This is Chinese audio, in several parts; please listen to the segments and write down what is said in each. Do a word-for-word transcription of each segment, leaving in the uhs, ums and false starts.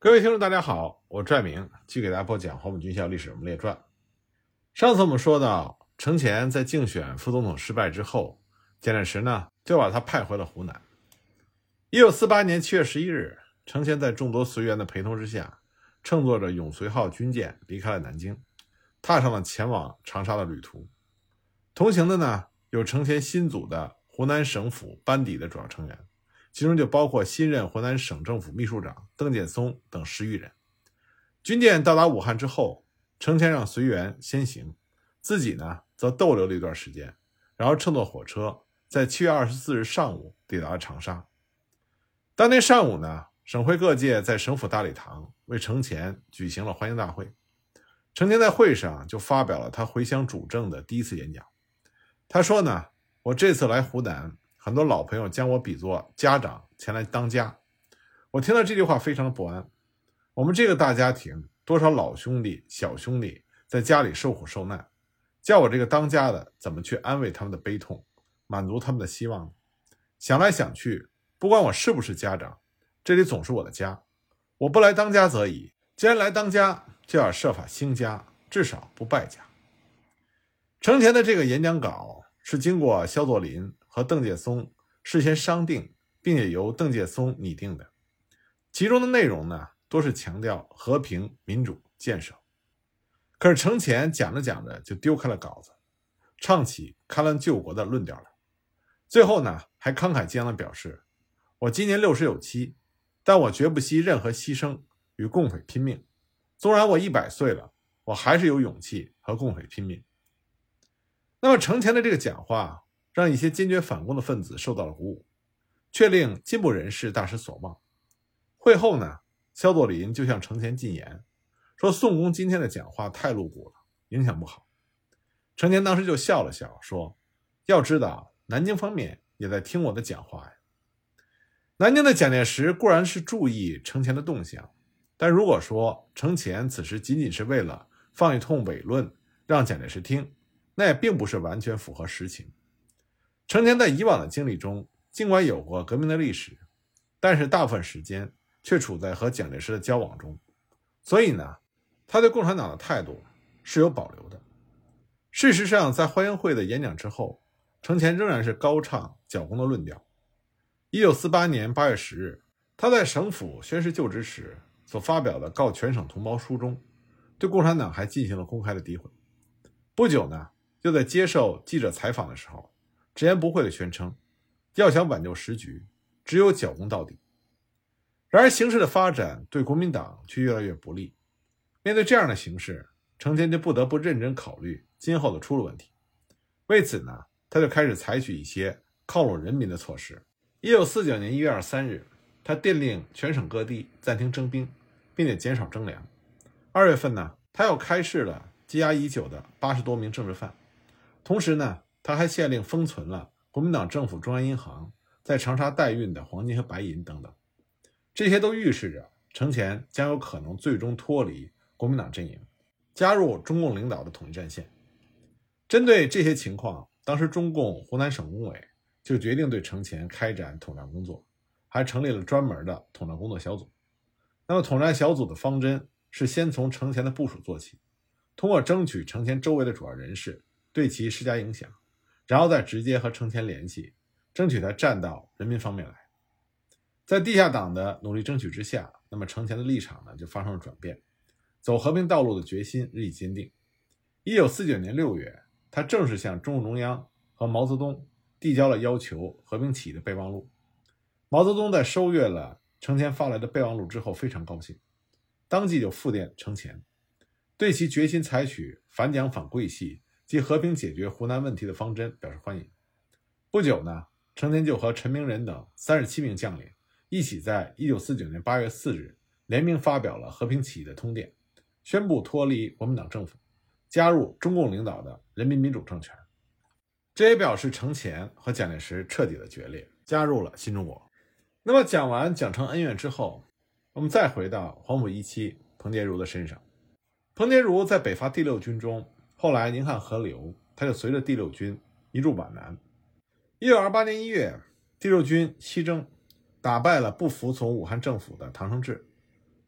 各位听众大家好，我拽明继续给大家播讲黄埔军校历史人物列传。上次我们说到程潜在竞选副总统失败之后，蒋介石呢就把他派回了湖南。一九四八年七月十一日，程潜在众多随员的陪同之下，乘坐着永绥号军舰离开了南京，踏上了前往长沙的旅途。同行的呢有程潜新组的湖南省府班底的主要成员，其中就包括新任湖南省政府秘书长邓建松等十余人。军舰到达武汉之后，程潜让随员先行，自己呢则逗留了一段时间，然后乘坐火车在七月二十四日上午抵达了长沙。当天上午呢，省会各界在省府大礼堂为程潜举行了欢迎大会。程潜在会上就发表了他回乡主政的第一次演讲。他说呢，我这次来湖南，很多老朋友将我比作家长前来当家，我听到这句话非常的不安。我们这个大家庭，多少老兄弟小兄弟在家里受苦受难，叫我这个当家的怎么去安慰他们的悲痛，满足他们的希望呢？想来想去，不管我是不是家长，这里总是我的家，我不来当家则已，既然来当家，就要设法兴家，至少不败家。程潜的这个演讲稿是经过萧作霖和邓介松事先商定，并且由邓介松拟定的。其中的内容呢，多是强调和平、民主、建设。可是程潜讲着讲着就丢开了稿子，唱起戡乱救国的论调来。最后呢，还慷慨激昂地表示，我今年六十有七，但我绝不惜任何牺牲与共匪拼命。纵然我一百岁了，我还是有勇气和共匪拼命。那么程潜的这个讲话让一些坚决反共的分子受到了鼓舞，却令进步人士大失所望。会后呢，萧作霖就向程潜进言，说宋公今天的讲话太露骨了，影响不好。程潜当时就笑了笑，说要知道南京方面也在听我的讲话呀。南京的蒋介石固然是注意程潜的动向，但如果说程潜此时仅仅是为了放一通伪论让蒋介石听，那也并不是完全符合实情。程潜在以往的经历中，尽管有过革命的历史，但是大部分时间却处在和蒋介石的交往中，所以呢，他对共产党的态度是有保留的。事实上，在欢迎会的演讲之后，程潜仍然是高唱剿共的论调。一九四八年八月十日，他在省府宣誓就职时所发表的告全省同胞书中，对共产党还进行了公开的诋毁。不久呢，就在接受记者采访的时候，直言不讳地宣称，要想挽救时局，只有剿共到底。然而形势的发展对国民党却越来越不利。面对这样的形势，程潜就不得不认真考虑今后的出路问题。为此呢，他就开始采取一些犒劳人民的措施。一九四九年一月二十三日，他电令全省各地暂停征兵，并且减少征粮。二月份呢，他又开释了积压已久的八十多名政治犯。同时呢，他还限令封存了国民党政府中央银行在长沙代运的黄金和白银等等。这些都预示着程潜将有可能最终脱离国民党阵营，加入中共领导的统一战线。针对这些情况，当时中共湖南省工委就决定对程潜开展统战工作，还成立了专门的统战工作小组。那么统战小组的方针是先从程潜的部署做起，通过争取程潜周围的主要人士对其施加影响，然后再直接和程潜联系，争取他站到人民方面来。在地下党的努力争取之下，那么程潜的立场呢就发生了转变，走和平道路的决心日益坚定。一九四九年六月，他正式向中共中央和毛泽东递交了要求和平起义的备忘录。毛泽东在收阅了程潜发来的备忘录之后非常高兴，当即就复电程潜，对其决心采取反蒋反桂系及和平解决湖南问题的方针表示欢迎。不久呢，程潜就和陈明仁等三十七名将领一起在一九四九年八月四日联名发表了和平起义的通电，宣布脱离国民党政府，加入中共领导的人民民主政权。这也表示程潜和蒋介石彻底的决裂，加入了新中国。那么讲完蒋程恩怨之后，我们再回到黄埔一期彭杰如的身上。彭杰如在北伐第六军中，后来宁汉合流，他就随着第六军移驻皖南。一九二八年一月，第六军西征，打败了不服从武汉政府的唐生智。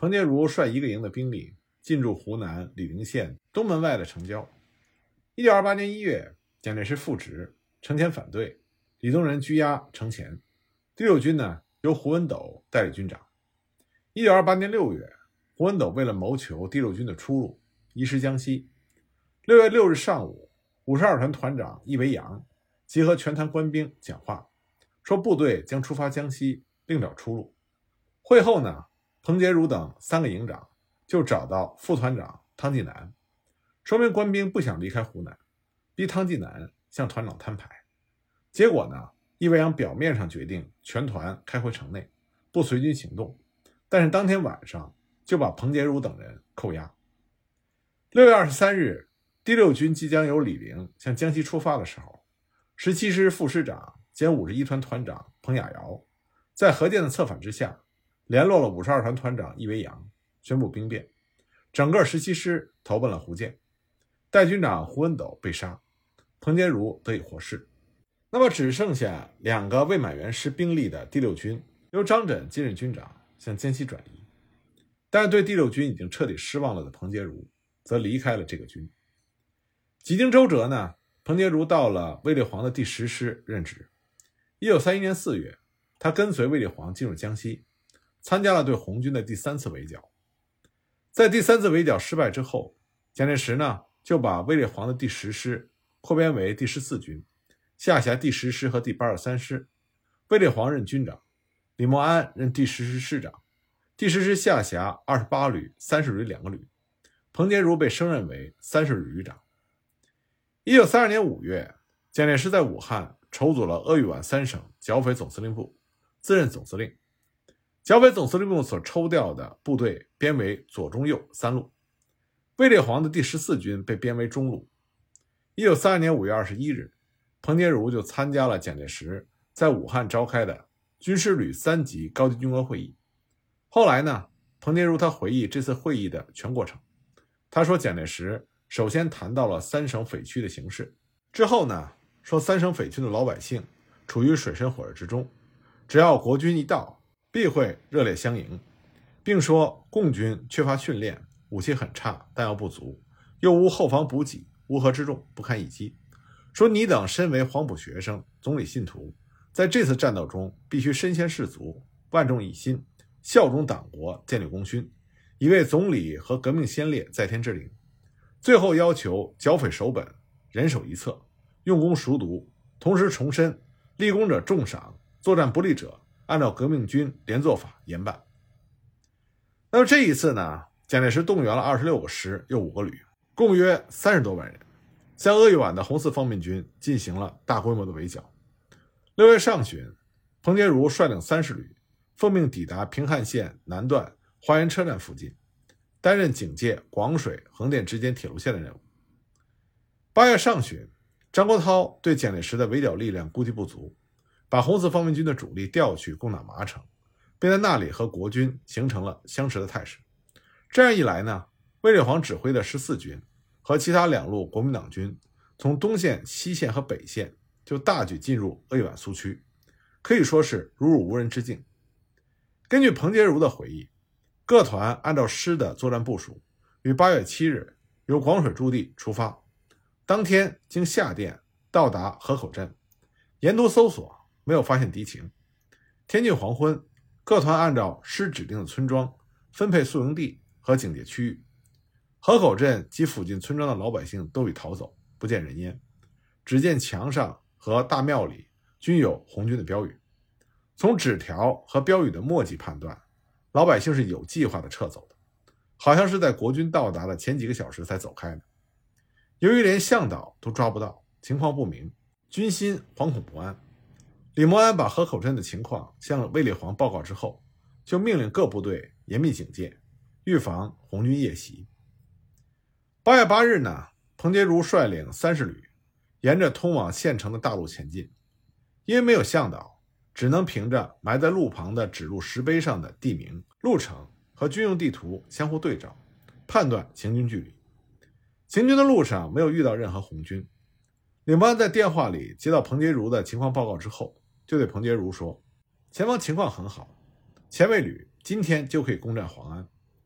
彭杰如率一个营的兵力进驻湖南醴陵县东门外的城郊。一九二八年一月，蒋介石复职，程潜反对，李宗仁拘押程潜。第六军呢，由胡文斗代理军长。一九二八年六月，胡文斗为了谋求第六军的出路，移师江西。六月六日上午，五十二团团长易维扬集合全团官兵讲话，说部队将出发江西，另找出路。会后呢，彭杰如等三个营长就找到副团长汤纪南，说明官兵不想离开湖南，逼汤纪南向团长摊牌。结果呢，易维扬表面上决定全团开回城内，不随军行动，但是当天晚上就把彭杰如等人扣押。六月二十三日，第六军即将由醴陵向江西出发的时候，十七师副师长兼五十一团团长彭雅瑶在何键的策反之下，联络了五十二团团长易维扬，宣布兵变，整个十七师投奔了胡建，代军长胡文斗被杀，彭杰如得以获释。那么只剩下两个未满员师兵力的第六军由张轸接任军长，向江西转移。但是对第六军已经彻底失望了的彭杰如则离开了这个军。几经周折呢，彭杰如到了卫立煌的第十师任职。一九三一年四月，他跟随卫立煌进入江西，参加了对红军的第三次围剿。在第三次围剿失败之后，蒋介石呢就把卫立煌的第十师扩编为第十四军，下辖第十师和第八十三师，卫立煌任军长，李默安任第十师师长，第十师下辖二十八旅、三十旅两个旅，彭杰如被升任为三十旅旅长。一九三二年五月，蒋介石在武汉筹组了鄂豫皖三省剿匪总司令部，自任总司令。剿匪总司令部所抽调的部队编为左中右三路，卫立煌的第十四军被编为中路。一九三二年五月二十一日，彭杰如就参加了蒋介石在武汉召开的军师旅三级高级军官会议。后来呢，彭杰如他回忆这次会议的全过程。他说蒋介石首先谈到了三省匪区的形势，之后呢，说三省匪区的老百姓处于水深火热之中，只要国军一到，必会热烈相迎，并说共军缺乏训练，武器很差，弹药不足，又无后方补给，乌合之众，不堪一击。说你等身为黄埔学生，总理信徒，在这次战斗中必须身先士卒，万众一心，效忠党国，建立功勋，以为总理和革命先烈在天之灵。最后要求剿匪守本，人手一策，用功熟读，同时重申立功者重赏，作战不利者按照革命军连坐法严办。那么这一次呢，蒋介石动员了二十六个师又五个旅，共约三十多万人，向鄂豫皖的红四方面军进行了大规模的围剿。六月上旬，彭杰如率领三十旅奉命抵达平汉线南段花园车站附近，担任警戒广水、横店之间铁路线的任务。八月上旬，张国焘对蒋介石的围剿力量估计不足，把红四方面军的主力调去攻打麻城，并在那里和国军形成了相持的态势。这样一来呢，卫立煌指挥的十四军和其他两路国民党军从东线、西线和北线就大举进入鄂豫皖苏区，可以说是如入无人之境。根据彭杰如的回忆，各团按照师的作战部署，于八月七日由广水驻地出发，当天经下店到达河口镇，沿途搜索没有发现敌情。天近黄昏，各团按照师指定的村庄分配宿营地和警戒区域。河口镇及附近村庄的老百姓都已逃走，不见人烟，只见墙上和大庙里均有红军的标语。从纸条和标语的墨迹判断，老百姓是有计划的撤走的，好像是在国军到达的前几个小时才走开的。由于连向导都抓不到，情况不明，军心惶恐不安。李默安把河口镇的情况向卫立煌报告之后，就命令各部队严密警戒，预防红军夜袭。八月八日呢，彭杰如率领三十旅沿着通往县城的大路前进，因为没有向导，只能凭着埋在路旁的指路石碑上的地名、路程和军用地图相互对照，判断行军距离。行军的路上没有遇到任何红军。李默安在电话里接到彭杰如的情况报告之后，就对彭杰如说，前方情况很好，前卫旅今天就可以攻占黄安，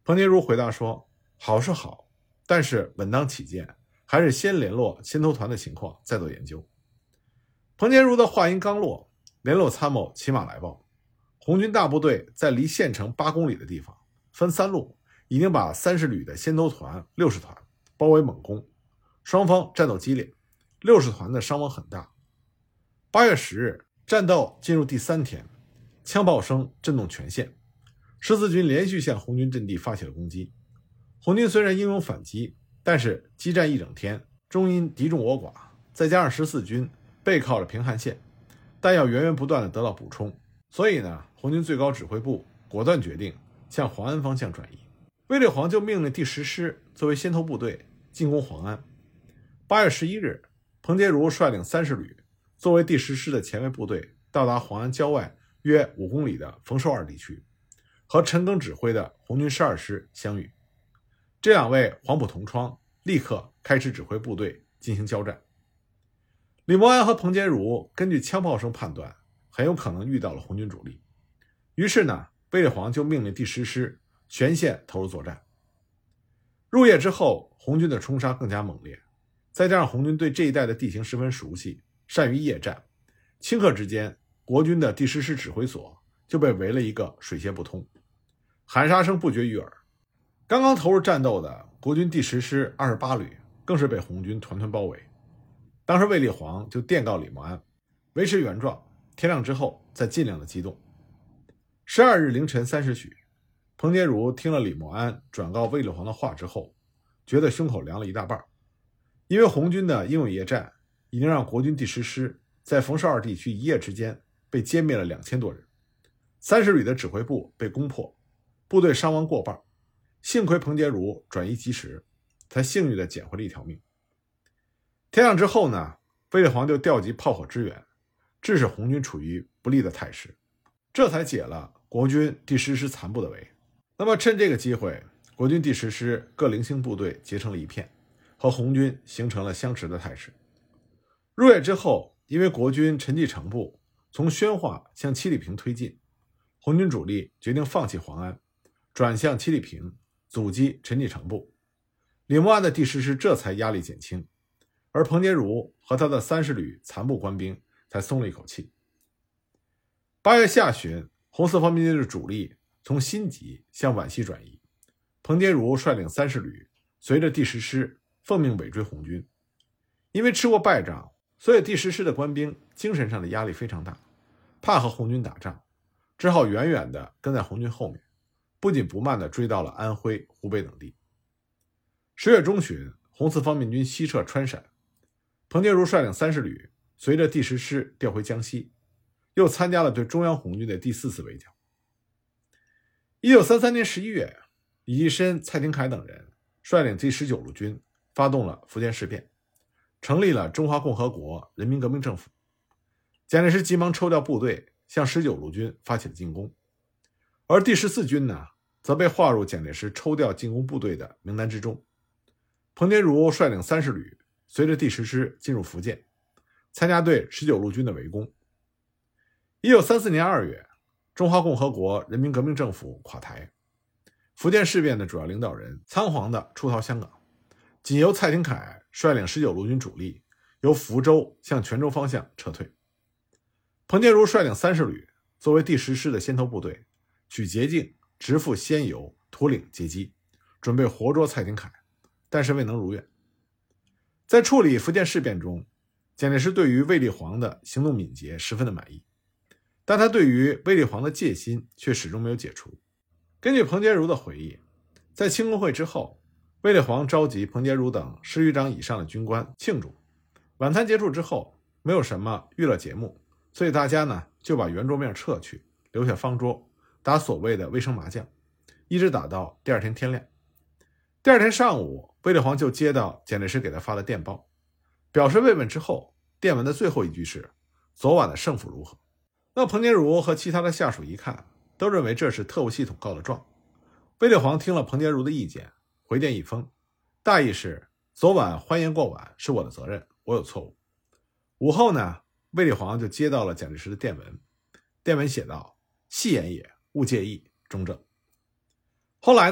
彭洁如回答说，好是好，但是稳当起见，还是先联络先头团的情况再做研究。彭洁如的话音刚落，联络参谋骑马来报，红军大部队在离县城八公里的地方，分三路，已经把三十旅的先头团、六十团包围猛攻，双方战斗激烈，六十团的伤亡很大。八月十日，战斗进入第三天，枪炮声震动全县，十四军连续向红军阵地发起了攻击。红军虽然英勇反击，但是激战一整天，终因敌众我寡，再加上十四军背靠着平汉线，弹药源源不断地得到补充，所以呢，红军最高指挥部果断决定向黄安方向转移。卫立煌就命令第十师作为先头部队进攻黄安。八月十一日，彭洁如率领三十旅作为第十师的前卫部队，到达黄安郊外约五公里的冯寿二地区，和陈赓指挥的红军十二师相遇。这两位黄埔同窗立刻开始指挥部队进行交战。李默安和彭洁如根据枪炮声判断，很有可能遇到了红军主力，于是呢，卫立煌就命令第十师全线投入作战。入夜之后，红军的冲杀更加猛烈，再加上红军对这一带的地形十分熟悉，善于夜战，顷刻之间，国军的第十师指挥所就被围了一个水泄不通，喊杀声不绝于耳。刚刚投入战斗的国军第十师二十八旅更是被红军团团包围。当时卫立煌就电告李默安，维持原状，天亮之后再尽量的机动。十二日凌晨三时许，彭洁如听了李默安转告卫立煌的话之后，觉得胸口凉了一大半，因为红军的英勇夜战已经让国军第十师在冯寿二地区一夜之间被歼灭了两千多人，三十旅的指挥部被攻破，部队伤亡过半，幸亏彭洁如转移及时，才幸运地捡回了一条命。天亮之后呢，卫立煌就调集炮火支援，致使红军处于不利的态势，这才解了国军第十师残部的围。那么趁这个机会，国军第十师各零星部队结成了一片，和红军形成了相持的态势。入夜之后，因为国军陈继承部从宣化向七里坪推进，红军主力决定放弃黄安，转向七里坪阻击陈继承部。李默安的第十师这才压力减轻，而彭洁如和他的三十旅残部官兵才松了一口气。八月下旬，红四方面军的主力从新集向皖西转移，彭洁如率领三十旅随着第十师奉命尾追红军。因为吃过败仗，所以第十师的官兵精神上的压力非常大，怕和红军打仗，只好远远地跟在红军后面，不紧不慢地追到了安徽、湖北等地。十月中旬，红四方面军西撤川陕，彭洁如率领三十旅随着第十师调回江西，又参加了对中央红军的第四次围剿。一九三三年十一月，李济深、蔡廷锴等人率领第十九路军发动了福建事变，成立了中华共和国人民革命政府。蒋介石急忙抽调部队向十九路军发起了进攻，而第十四军呢，则被划入蒋介石抽调进攻部队的名单之中。彭洁如率领三十旅随着第十师进入福建，参加对十九路军的围攻。一九三四年二月，中华共和国人民革命政府垮台，福建事变的主要领导人仓皇地出逃香港，仅由蔡廷锴率领十九路军主力由福州向泉州方向撤退。彭洁如率领三十旅作为第十师的先头部队，取捷径直赴仙游、图岭截击，准备活捉蔡廷锴，但是未能如愿。在处理福建事变中，蒋介石对于卫立煌的行动敏捷十分的满意，但他对于卫立煌的戒心却始终没有解除。根据彭洁如的回忆，在庆功会之后，卫立煌召集彭洁如等师旅长以上的军官庆祝。晚餐结束之后，没有什么娱乐节目，所以大家呢就把圆桌面撤去，留下方桌，打所谓的卫生麻将，一直打到第二天天亮。第二天上午，卫立煌就接到蒋介石给他发的电报，表示慰问之后，电文的最后一句是昨晚的胜负如何。那彭洁如和其他的下属一看，都认为这是特务系统告的状。卫立煌听了彭洁如的意见，回电一封，大意是昨晚欢颜过晚是我的责任，我有错误。午后呢，卫立煌就接到了蒋介石的电文，电文写道：戏言也，勿介意，中正。后来呢，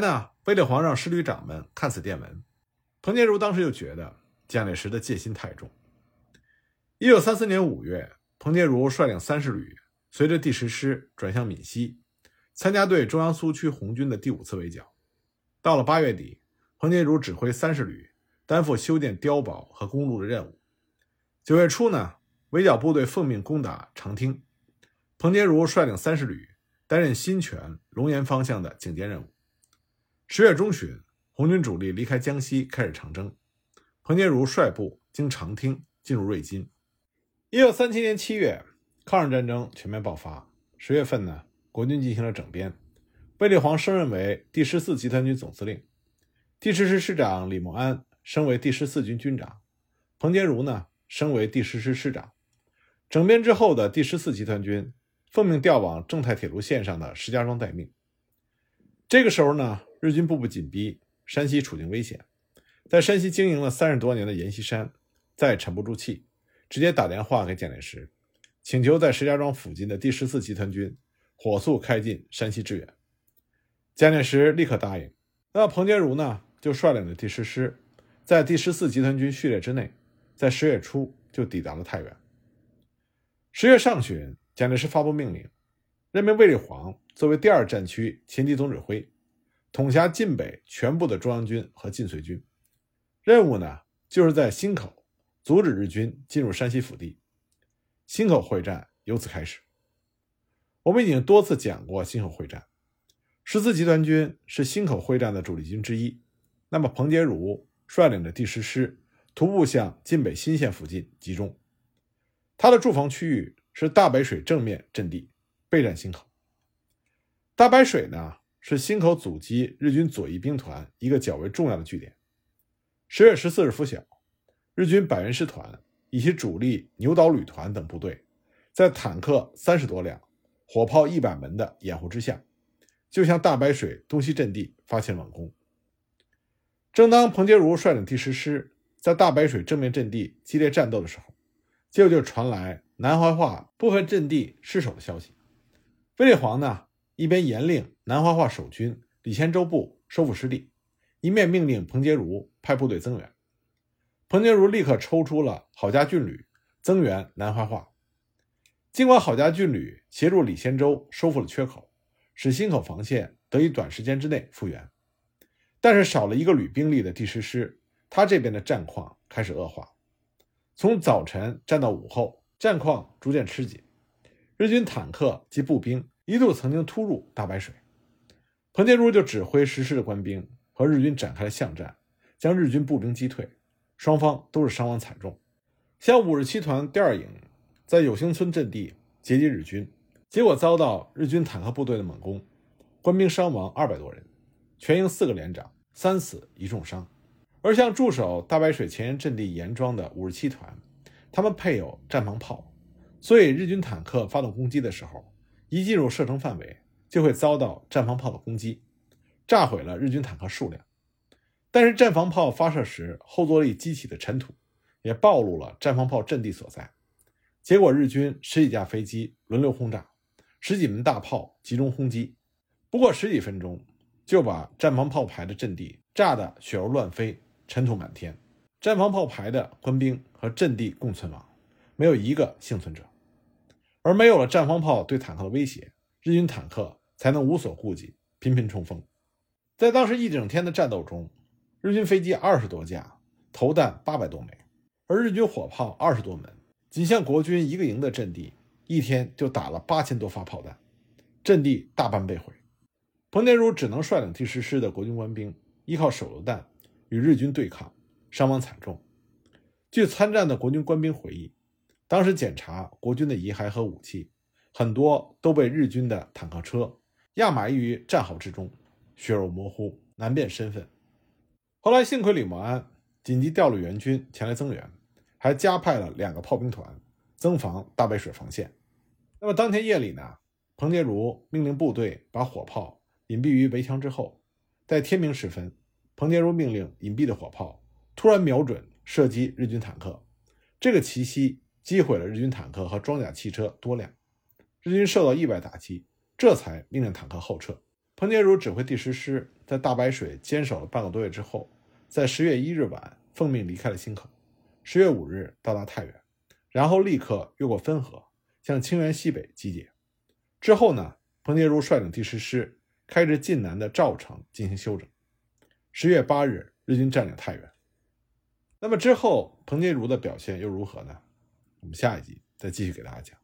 卫立煌让师旅长们看此电文，彭杰如当时就觉得蒋介石的戒心太重。一九三四年五月，彭杰如率领三十旅随着第十师转向闽西，参加对中央苏区红军的第五次围剿。到了八月底，彭杰如指挥三十旅担负修建碉堡和公路的任务。九月初呢，围剿部队奉命攻打长汀，彭杰如率领三十旅担任新泉、龙岩方向的警戒任务。十月中旬，红军主力离开江西开始长征，彭杰如率部经长汀进入瑞金。一九三七年七月，抗日战争全面爆发。十月份呢，国军进行了整编，卫立煌升任为第十四集团军总司令，第十师师长李默安升为第十四军军长，彭杰如呢升为第十师师长。整编之后的第十四集团军奉命调往正太铁路线上的石家庄待命。这个时候呢，日军步步紧逼，山西处境危险。在山西经营了三十多年的阎锡山再也沉不住气，直接打电话给蒋介石，请求在石家庄附近的第十四集团军火速开进山西支援。蒋介石立刻答应。那彭杰如呢，就率领的第十师在第十四集团军序列之内，在十月初就抵达了太原。十月上旬，蒋介石发布命令，任命卫立煌作为第二战区前敌总指挥，统辖晋北全部的中央军和晋绥军。任务呢，就是在忻口阻止日军进入山西腹地。忻口会战由此开始。我们已经多次讲过忻口会战，十四集团军是忻口会战的主力军之一。那么彭杰如率领着第十师徒步向晋北新县附近集中，他的驻防区域是大白水正面阵地，备战忻口。大白水呢，是忻口阻击日军左翼兵团一个较为重要的据点。十月十四日拂晓，日军百元师团以其主力牛岛旅团等部队，在坦克三十多辆、火炮一百门的掩护之下，就向大白水东西阵地发起了猛攻。正当彭杰如率领第十师在大白水正面阵地激烈战斗的时候，结果就传来南怀化部分阵地失守的消息。卫立煌呢，一边严令南怀化守军李先洲部收复失地，一面命令彭杰如派部队增援。彭杰如立刻抽出了郝家俊旅增援南怀化。尽管郝家俊旅协助李先洲收复了缺口，使忻口防线得以短时间之内复原，但是少了一个旅兵力的第十师，他这边的战况开始恶化。从早晨战到午后，战况逐渐吃紧，日军坦克及步兵一度曾经突入大白水。彭杰如就指挥十师的官兵和日军展开了巷战，将日军步兵击退，双方都是伤亡惨重。像五十七团第二营在有兴村阵地截击日军，结果遭到日军坦克部队的猛攻，官兵伤亡二百多人，全营四个连长，三死一重伤。而像驻守大白水前沿阵地严庄的五十七团，他们配有战防炮，所以日军坦克发动攻击的时候，一进入射程范围就会遭到战防炮的攻击，炸毁了日军坦克数量。但是战防炮发射时后坐力激起的尘土也暴露了战防炮阵地所在，结果日军十几架飞机轮流轰炸，十几门大炮集中轰击，不过十几分钟就把战防炮排的阵地炸得血肉乱飞，尘土满天。战防炮排的官兵和阵地共存亡，没有一个幸存者。而没有了战防炮对坦克的威胁，日军坦克才能无所顾忌，频频冲锋。在当时一整天的战斗中，日军飞机二十多架，投弹八百多枚，而日军火炮二十多门，仅向国军一个营的阵地，一天就打了八千多发炮弹，阵地大半被毁。彭杰如只能率领第十师的国军官兵依靠手榴弹与日军对抗，伤亡惨重。据参战的国军官兵回忆，当时检查国军的遗骸和武器，很多都被日军的坦克车压埋于战壕之中，血肉模糊，难辨身份。后来幸亏李默安紧急调了援军前来增援，还加派了两个炮兵团增防大白水防线。那么当天夜里呢，彭杰如命令部队把火炮隐蔽于围墙之后，在天明时分，彭杰如命令隐蔽的火炮突然瞄准射击日军坦克，这个奇袭击毁了日军坦克和装甲汽车多辆，日军受到意外打击，这才命令坦克后撤。 彭杰如指挥第十师在大白水坚守了半个多月之后，在十月一日晚奉命离开了忻口，十月五日到达太原，然后立刻越过汾河向清源西北集结。之后呢，彭杰如率领第十师开至晋南的赵城进行休整。十月八日，日军占领太原。那么之后彭杰如的表现又如何呢？我们下一集再继续给大家讲。